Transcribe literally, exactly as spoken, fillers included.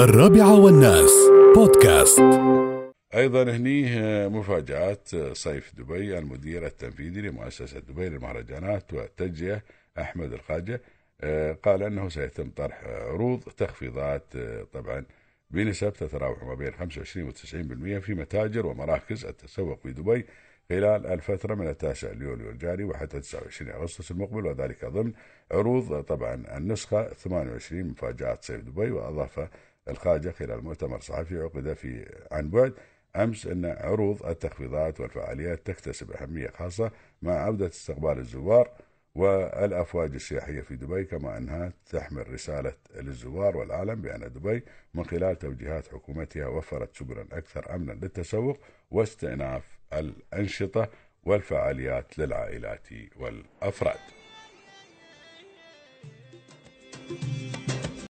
الرابعة والناس بودكاست. أيضا هنيه مفاجآت صيف دبي. المدير التنفيذي لمؤسسة دبي للمهرجانات والتجزئة أحمد الخاجة قال أنه سيتم طرح عروض تخفيضات طبعا بنسب تتراوح ما بين خمسة وعشرين وتسعين بالمئة في متاجر ومراكز التسوق في دبي خلال الفترة من التاسع ليوليو الجاري وحتى تسعة وعشرين أغسطس المقبل، وذلك ضمن عروض طبعا النسخة ثمانية وعشرين مفاجآت صيف دبي. وأضاف الخاجة خلال مؤتمر صحفي عقد في عن بعد أمس أن عروض التخفيضات والفعاليات تكتسب أهمية خاصة مع عودة استقبال الزوار والأفواج السياحية في دبي، كما أنها تحمل رسالة للزوار والعالم بأن دبي من خلال توجيهات حكومتها وفرت سبلا أكثر أمنا للتسوق واستئناف الأنشطة والفعاليات للعائلات والأفراد.